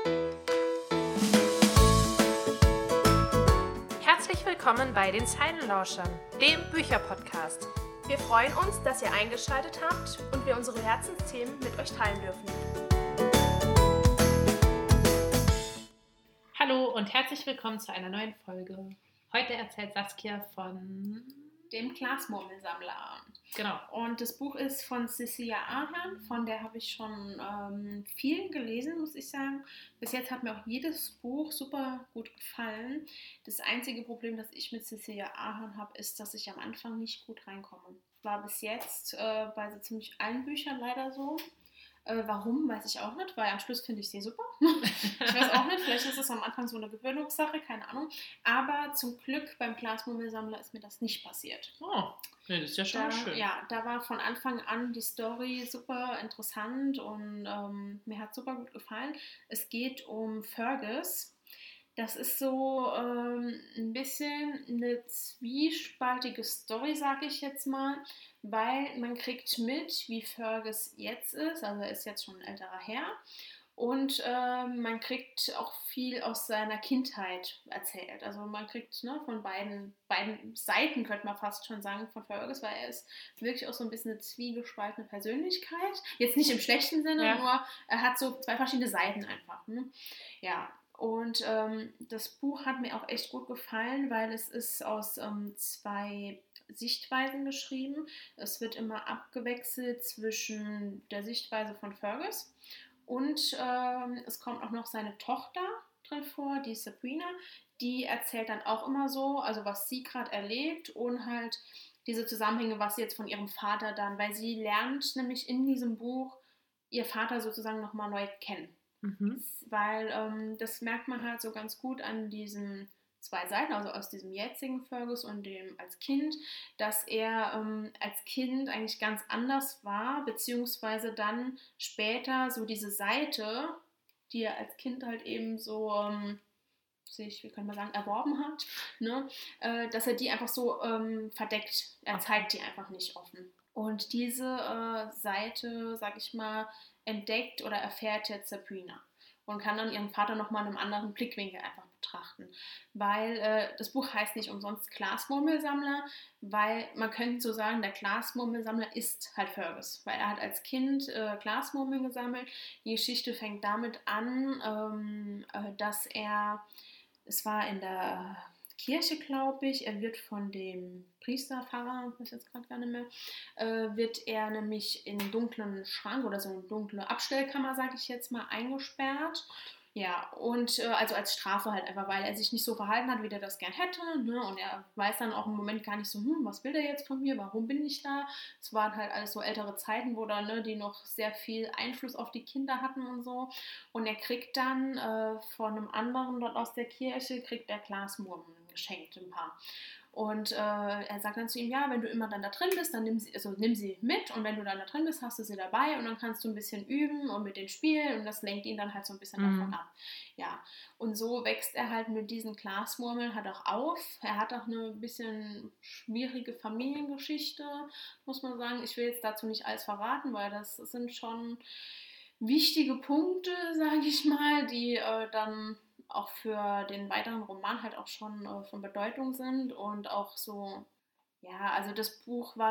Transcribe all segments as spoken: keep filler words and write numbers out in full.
Herzlich willkommen bei den Zeilenlauschern, dem Bücherpodcast. Wir freuen uns, dass ihr eingeschaltet habt und wir unsere Herzensthemen mit euch teilen dürfen. Hallo und herzlich willkommen zu einer neuen Folge. Heute erzählt Saskia von dem Glasmurmelsammler. Genau. Und das Buch ist von Cecilia Ahern, von der habe ich schon ähm, viel gelesen, muss ich sagen. Bis jetzt hat mir auch jedes Buch super gut gefallen. Das einzige Problem, das ich mit Cecilia Ahern habe, ist, dass ich am Anfang nicht gut reinkomme. War bis jetzt äh, bei so ziemlich allen Büchern leider so. Äh, warum, weiß ich auch nicht, weil am Schluss finde ich sie super. Ich weiß auch nicht, vielleicht ist es am Anfang so eine Gewöhnungssache, keine Ahnung. Aber zum Glück beim Glasmurmelsammler ist mir das nicht passiert. Oh, nee, das ist ja schon da, schön. Ja, da war von Anfang an die Story super interessant und ähm, mir hat super gut gefallen. Es geht um Fergus. Das ist so ähm, ein bisschen eine zwiespaltige Story, sage ich jetzt mal, weil man kriegt mit, wie Fergus jetzt ist, also er ist jetzt schon ein älterer Herr, und äh, man kriegt auch viel aus seiner Kindheit erzählt. Also man kriegt ne, von beiden, beiden Seiten, könnte man fast schon sagen, von Fergus, weil er ist wirklich auch so ein bisschen eine zwiegespaltene Persönlichkeit. Jetzt nicht im schlechten Sinne, ja. Nur er hat so zwei verschiedene Seiten einfach. Ne? Ja. Und ähm, das Buch hat mir auch echt gut gefallen, weil es ist aus ähm, zwei Sichtweisen geschrieben. Es wird immer abgewechselt zwischen der Sichtweise von Fergus und ähm, es kommt auch noch seine Tochter drin vor, die Sabrina. Die erzählt dann auch immer so, also was sie gerade erlebt und halt diese Zusammenhänge, was sie jetzt von ihrem Vater dann, weil sie lernt nämlich in diesem Buch ihr Vater sozusagen nochmal neu kennen. Mhm. Weil ähm, das merkt man halt so ganz gut an diesen zwei Seiten, also aus diesem jetzigen Fergus und dem als Kind, dass er ähm, als Kind eigentlich ganz anders war, beziehungsweise dann später so diese Seite, die er als Kind halt eben so, ähm, sich, wie kann man sagen, erworben hat, ne? äh, dass er die einfach so ähm, verdeckt. Er zeigt die einfach nicht offen. Und diese äh, Seite, sag ich mal, entdeckt oder erfährt jetzt Sabrina und kann dann ihren Vater nochmal in einem anderen Blickwinkel einfach betrachten. Weil äh, das Buch heißt nicht umsonst Glasmurmelsammler, weil man könnte so sagen, der Glasmurmelsammler ist halt Fergus, weil er hat als Kind äh, Glasmurmeln gesammelt. Die Geschichte fängt damit an, ähm, äh, dass er, es war in der Kirche, glaube ich, er wird von dem Priester, Pfarrer, ich weiß jetzt gerade gar nicht mehr, äh, wird er nämlich in einen dunklen Schrank oder so eine dunkle Abstellkammer, sage ich jetzt mal, eingesperrt. Ja, und äh, also als Strafe halt einfach, weil er sich nicht so verhalten hat, wie er das gern hätte, ne? Und er weiß dann auch im Moment gar nicht so, hm, was will der jetzt von mir, warum bin ich da? Es waren halt alles so ältere Zeiten, wo dann, ne, die noch sehr viel Einfluss auf die Kinder hatten und so. Und er kriegt dann äh, von einem anderen dort aus der Kirche, kriegt er Glasmurmeln geschenkt, ein paar. Und äh, er sagt dann zu ihm, ja, wenn du immer dann da drin bist, dann nimm sie, also nimm sie mit und wenn du dann da drin bist, hast du sie dabei und dann kannst du ein bisschen üben und mit denen spielen und das lenkt ihn dann halt so ein bisschen mhm. davon ab. Ja, und so wächst er halt mit diesen Glasmurmeln halt auch auf. Er hat auch eine bisschen schwierige Familiengeschichte, muss man sagen. Ich will jetzt dazu nicht alles verraten, weil das sind schon wichtige Punkte, sage ich mal, die äh, dann auch für den weiteren Roman halt auch schon äh, von Bedeutung sind und auch so, ja, also das Buch war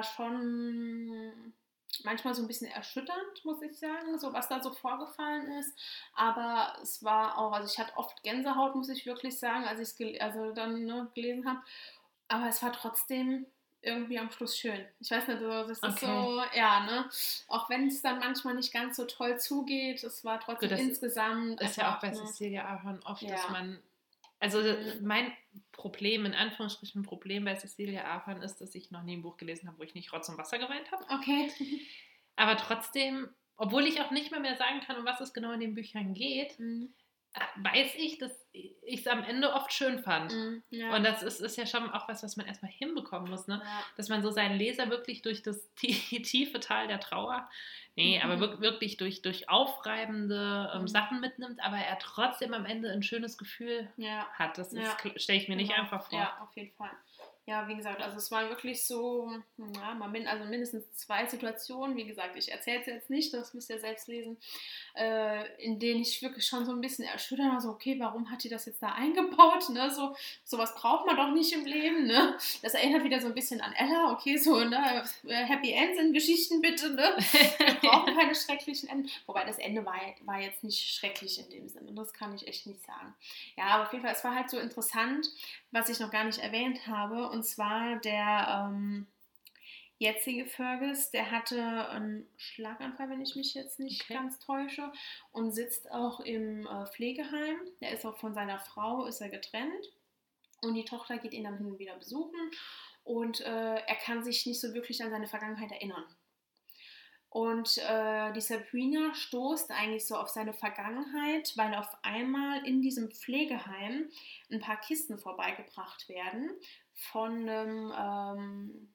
schon manchmal so ein bisschen erschütternd, muss ich sagen, so was da so vorgefallen ist, aber es war auch, also ich hatte oft Gänsehaut, muss ich wirklich sagen, als ich es gel- also dann ne, gelesen habe, aber es war trotzdem irgendwie am Schluss schön. Ich weiß nicht, das ist okay. So, ja, ne? Auch wenn es dann manchmal nicht ganz so toll zugeht, es war trotzdem Gut, insgesamt. Das ist ja auch bei Cecilia Ahern oft, ja. Dass man, also mhm. mein Problem, in Anführungsstrichen Problem bei Cecilia Ahern ist, dass ich noch nie ein Buch gelesen habe, wo ich nicht Rotz und Wasser geweint habe. Okay. Aber trotzdem, obwohl ich auch nicht mehr, mehr sagen kann, um was es genau in den Büchern geht, mhm. weiß ich, dass ich es am Ende oft schön fand. Mm, ja. Und das ist, ist ja schon auch was, was man erstmal hinbekommen muss, ne? Ja. Dass man so seinen Leser wirklich durch das tiefe Tal der Trauer, nee, mhm. aber wirklich durch, durch aufreibende ähm, mhm. Sachen mitnimmt, aber er trotzdem am Ende ein schönes Gefühl ja. hat. Das ja. stelle ich mir nicht genau. einfach vor. Ja, auf jeden Fall. ja, wie gesagt, also es waren wirklich so, ja, mal min- also mindestens zwei Situationen, wie gesagt, ich erzähle es jetzt nicht, das müsst ihr selbst lesen, äh, in denen ich wirklich schon so ein bisschen erschüttert war, so, okay, warum hat die das jetzt da eingebaut, ne, so, sowas braucht man doch nicht im Leben, ne, das erinnert wieder so ein bisschen an Ella, okay, so, ne, Happy Ends in Geschichten bitte, ne, wir brauchen keine schrecklichen Enden, wobei das Ende war, war jetzt nicht schrecklich in dem Sinne, das kann ich echt nicht sagen. Ja, aber auf jeden Fall, es war halt so interessant, was ich noch gar nicht erwähnt habe, und zwar der ähm, jetzige Fergus, der hatte einen Schlaganfall, wenn ich mich jetzt nicht okay. ganz täusche, und sitzt auch im äh, Pflegeheim. Der ist auch von seiner Frau, ist er getrennt, und die Tochter geht ihn dann hin und wieder besuchen, und äh, er kann sich nicht so wirklich an seine Vergangenheit erinnern. Und äh, die Sabrina stoßt eigentlich so auf seine Vergangenheit, weil auf einmal in diesem Pflegeheim ein paar Kisten vorbeigebracht werden von einem, ähm,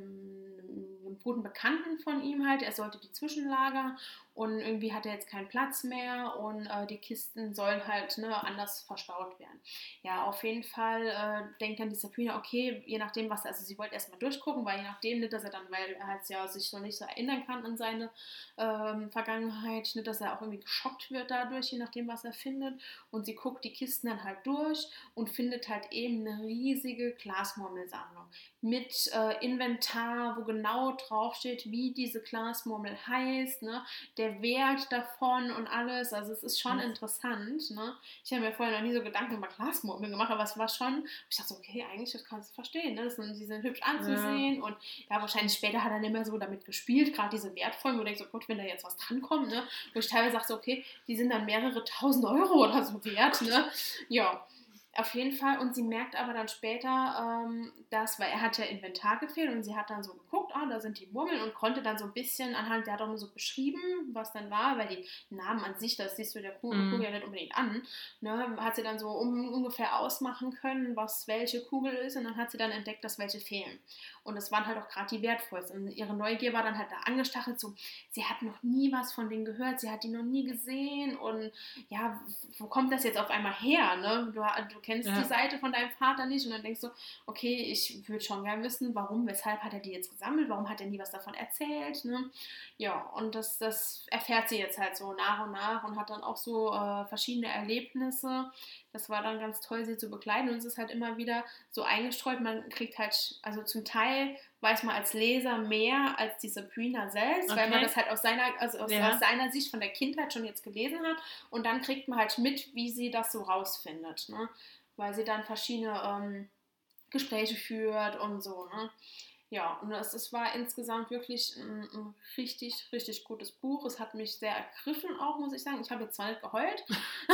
einem, einem guten Bekannten von ihm halt. Er sollte die zwischenlagern und irgendwie hat er jetzt keinen Platz mehr und äh, die Kisten sollen halt ne, anders verstaut werden. Ja, auf jeden Fall äh, denkt dann die Sabrina, okay, je nachdem, was, also sie wollte erstmal durchgucken, weil je nachdem, nicht, dass er dann, weil er halt ja sich so nicht so erinnern kann an seine ähm, Vergangenheit, nicht, dass er auch irgendwie geschockt wird dadurch, je nachdem, was er findet. Und sie guckt die Kisten dann halt durch und findet halt eben eine riesige Glasmurmelsammlung mit äh, Inventar, wo genau draufsteht, wie diese Glasmurmel heißt, ne, der Wert davon und alles. Also es ist schon mhm. interessant. Ne? Ich habe mir vorher noch nie so Gedanken über Glasmurmeln gemacht, aber es war schon, ich dachte so, okay, eigentlich das kannst du verstehen. Ne? Das sind, die sind hübsch anzusehen ja. und ja, wahrscheinlich später hat er nicht mehr so damit gespielt, gerade diese wertvollen, wo du denkst, oh Gott, wenn da jetzt was drankommt, ne? Wo ich teilweise sage, so, okay, die sind dann mehrere tausend Euro oder so wert. Ne? Ja. Auf jeden Fall, und sie merkt aber dann später, ähm, dass, weil er hat ja Inventar gefehlt und sie hat dann so geguckt, ah, da sind die Murmeln und konnte dann so ein bisschen anhand, der hat auch mal so beschrieben, was dann war, weil die Namen an sich, das siehst du der Kugel mm. ja nicht unbedingt an, ne, hat sie dann so um, ungefähr ausmachen können, was welche Kugel ist und dann hat sie dann entdeckt, dass welche fehlen. Und das waren halt auch gerade die wertvollsten. Und ihre Neugier war dann halt da angestachelt, so, sie hat noch nie was von denen gehört, sie hat die noch nie gesehen und ja, wo kommt das jetzt auf einmal her, ne, du, du kennst ja. die Seite von deinem Vater nicht und dann denkst du, okay, ich würde schon gerne wissen, warum, weshalb hat er die jetzt gesammelt, warum hat er nie was davon erzählt, ne? Ja, und das, das erfährt sie jetzt halt so nach und nach und hat dann auch so äh, verschiedene Erlebnisse. Das war dann ganz toll, sie zu begleiten und es ist halt immer wieder so eingestreut, man kriegt halt, also zum Teil weiß man als Leser mehr als die Sabrina selbst, okay. weil man das halt aus seiner, also aus, ja. aus seiner Sicht von der Kindheit schon jetzt gelesen hat und dann kriegt man halt mit, wie sie das so rausfindet, ne? Weil sie dann verschiedene ähm, Gespräche führt und so, ne? Ja, und es, es war insgesamt wirklich ein, ein richtig, richtig gutes Buch. Es hat mich sehr ergriffen auch, muss ich sagen. Ich habe jetzt zwar nicht geheult.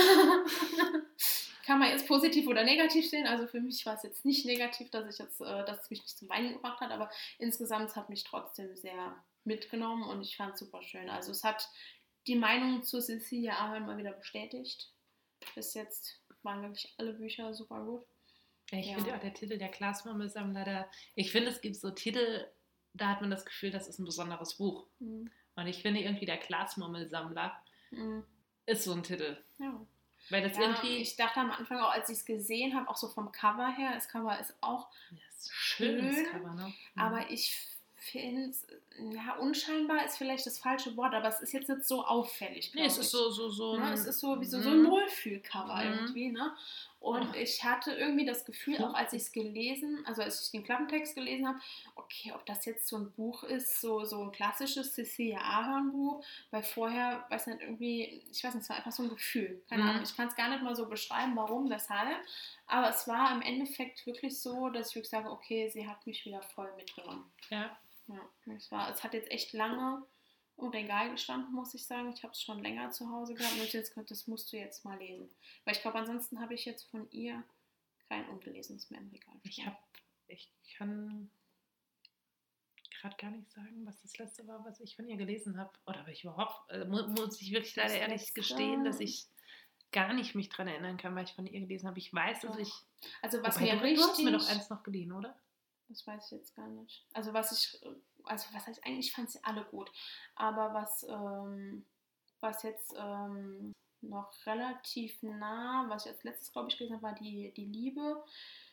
Kann man jetzt positiv oder negativ sehen. Also für mich war es jetzt nicht negativ, dass, ich jetzt, äh, dass es mich nicht zum Weinen gebracht hat, aber insgesamt hat mich trotzdem sehr mitgenommen und ich fand es super schön. Also es hat die Meinung zu Cecilia Ahern mal wieder bestätigt. Bis jetzt waren wirklich alle Bücher super gut. Ich ja. finde auch der Titel der Glasmurmelsammler, da, ich finde, es gibt so Titel, da hat man das Gefühl, das ist ein besonderes Buch. Mhm. Und ich finde irgendwie der Glasmurmelsammler mhm. ist so ein Titel. Ja. Weil das ja, irgendwie... Ich dachte am Anfang auch, als ich es gesehen habe, auch so vom Cover her, das Cover ist auch ja, ist schön, schönes Cover, ne? Mhm. Aber ich finde, ja, unscheinbar ist vielleicht das falsche Wort, aber es ist jetzt nicht so auffällig, nee, es ist ich. so, so, so ne? ein... Es ist so wie so, so ein Wohlfühlcover mhm. irgendwie, ne? Und oh. ich hatte irgendwie das Gefühl, auch als ich es gelesen, also als ich den Klappentext gelesen habe, okay, ob das jetzt so ein Buch ist, so, so ein klassisches Cecilia Ahern Buch, weil vorher, weiß nicht, irgendwie, ich weiß nicht, es war einfach so ein Gefühl, keine mhm. Ahnung, ich kann es gar nicht mal so beschreiben, warum, weshalb, aber es war im Endeffekt wirklich so, dass ich wirklich sage, okay, sie hat mich wieder voll mitgenommen. Ja. Ja, es war, es hat jetzt echt lange im Regal gestanden, muss ich sagen. Ich habe es schon länger zu Hause gehabt und ich jetzt gesagt, das musst du jetzt mal lesen. Weil ich glaube, ansonsten habe ich jetzt von ihr kein Ungelesenes mehr im Regal. Ich habe, ich kann gerade gar nicht sagen, was das letzte war, was ich von ihr gelesen habe. Oder aber ich überhaupt, also muss ich wirklich leider ehrlich letzte... gestehen, dass ich gar nicht mich dran erinnern kann, was ich von ihr gelesen habe. Ich weiß, dass doch. ich... Also was mir du, richtig... Du hast mir doch eins noch geliehen, oder? Das weiß ich jetzt gar nicht. Also was ich, also was heißt eigentlich, ich fand sie alle gut. Aber was, ähm, was jetzt ähm, noch relativ nah, was ich als letztes, glaube ich, gelesen habe, war die, die Liebe.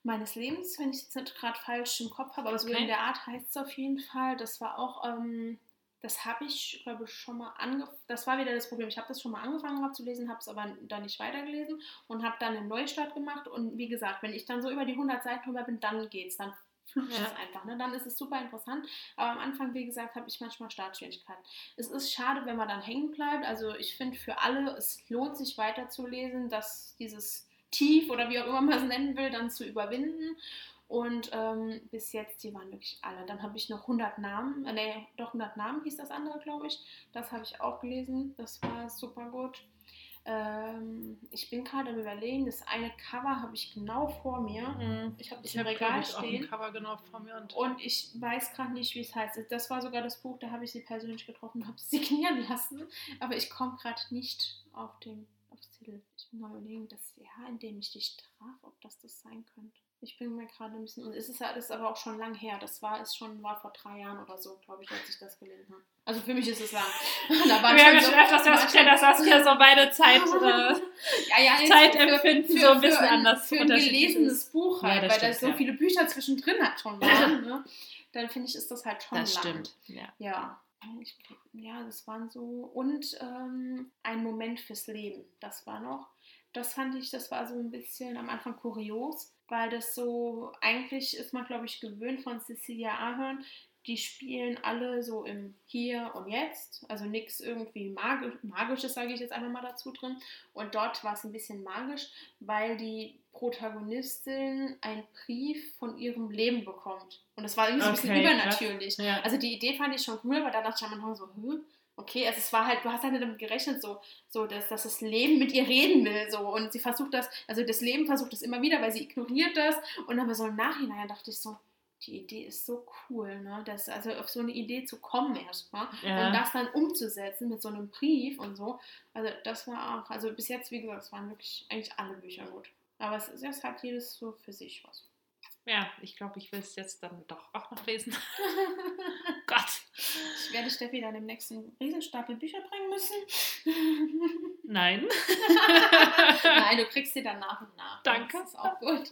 meines Lebens, wenn ich es jetzt gerade falsch im Kopf habe, aber so Okay. in der Art heißt es auf jeden Fall. Das war auch, ähm, das habe ich, glaube ich, schon mal angefangen, das war wieder das Problem, ich habe das schon mal angefangen gehabt zu lesen, habe es aber dann nicht weitergelesen und habe dann einen Neustart gemacht und wie gesagt, wenn ich dann so über die hundert Seiten drüber bin, dann geht's, dann flutscht Ja. es einfach, ne? Dann ist es super interessant, aber am Anfang, wie gesagt, habe ich manchmal Startschwierigkeiten. Es ist schade, wenn man dann hängen bleibt, also ich finde für alle, es lohnt sich weiterzulesen, dass dieses Tief oder wie auch immer man es nennen will, dann zu überwinden. Und ähm, bis jetzt, die waren wirklich alle. Dann habe ich noch hundert Namen, äh, nee, doch hundert Namen hieß das andere, glaube ich. Das habe ich auch gelesen, das war super gut. Ähm, ich bin gerade am Überlegen, das eine Cover habe ich genau vor mir. Mhm. Ich habe es Ich im habe, Regal glaube ich, auch ein stehen. Cover genau vor mir. Und, Und ich weiß gerade nicht, wie es heißt. Das war sogar das Buch, da habe ich sie persönlich getroffen und habe sie signieren lassen. Aber ich komme gerade nicht auf den aufs Titel. Ich bin mal überlegen, das Jahr, in dem ich dich traf, ob das das sein könnte. Ich bin mir gerade ein bisschen... Und es ist, das ist aber auch schon lang her. Das war es schon war vor drei Jahren oder so, glaube ich, als ich das gelesen habe. Also für mich ist es lang. Da waren wir haben ja so, schon öfters festgestellt, dass das ja so beide Zeit, äh, ja, ja, Zeitempfinden für, für, so ein bisschen für ein, anders für ein gelesenes ist. Buch Ja, halt, das weil stimmt, da so ja. viele Bücher zwischendrin halt schon waren, ne? Dann finde ich, ist das halt schon Das lang. stimmt, ja. Ja. Ich, ja, das waren so. Und ähm, ein Moment fürs Leben, das war noch. Das fand ich, das war so ein bisschen am Anfang kurios, weil das so, eigentlich ist man, glaube ich, gewöhnt von Cecilia Ahern, die spielen alle so im Hier und Jetzt, also nichts irgendwie magisch, Magisches, sage ich jetzt einfach mal dazu drin. Und dort war es ein bisschen magisch, weil die Protagonistin einen Brief von ihrem Leben bekommt. Und das war irgendwie so ein bisschen Okay, übernatürlich. ja. Also die Idee fand ich schon cool, aber da dachte ich am Anfang so, hm, okay, also es war halt, du hast halt nicht damit gerechnet, so, so dass, dass das Leben mit ihr reden will, so, und sie versucht das, also das Leben versucht das immer wieder, weil sie ignoriert das, und aber so im Nachhinein dachte ich so, die Idee ist so cool, ne, das, also auf so eine Idee zu kommen erstmal, Ja. und das dann umzusetzen mit so einem Brief und so, also das war auch, also bis jetzt, wie gesagt, es waren wirklich eigentlich alle Bücher gut, aber es, es hat jedes so für sich was. Ja, ich glaube, ich will es jetzt dann doch auch noch lesen. Gott. Ich werde Steffi dann im nächsten Riesenstapel Bücher bringen müssen. Nein. Nein, du kriegst sie dann nach und nach. Danke. Das ist auch gut.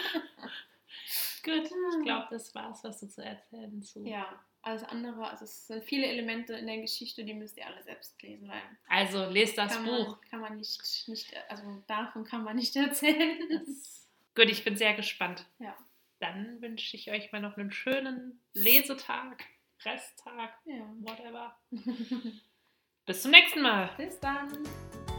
Gut, ich glaube, das war's, was du zu erzählen zu. Ja, alles andere, also es sind viele Elemente in der Geschichte, die müsst ihr alle selbst lesen, weil Also, lest das kann Buch. Man, kann man nicht, nicht, also davon kann man nicht erzählen. Das, gut, ich bin sehr gespannt. Ja. Dann wünsche ich euch mal noch einen schönen Lesetag, Resttag, Ja. whatever. Bis zum nächsten Mal. Bis dann.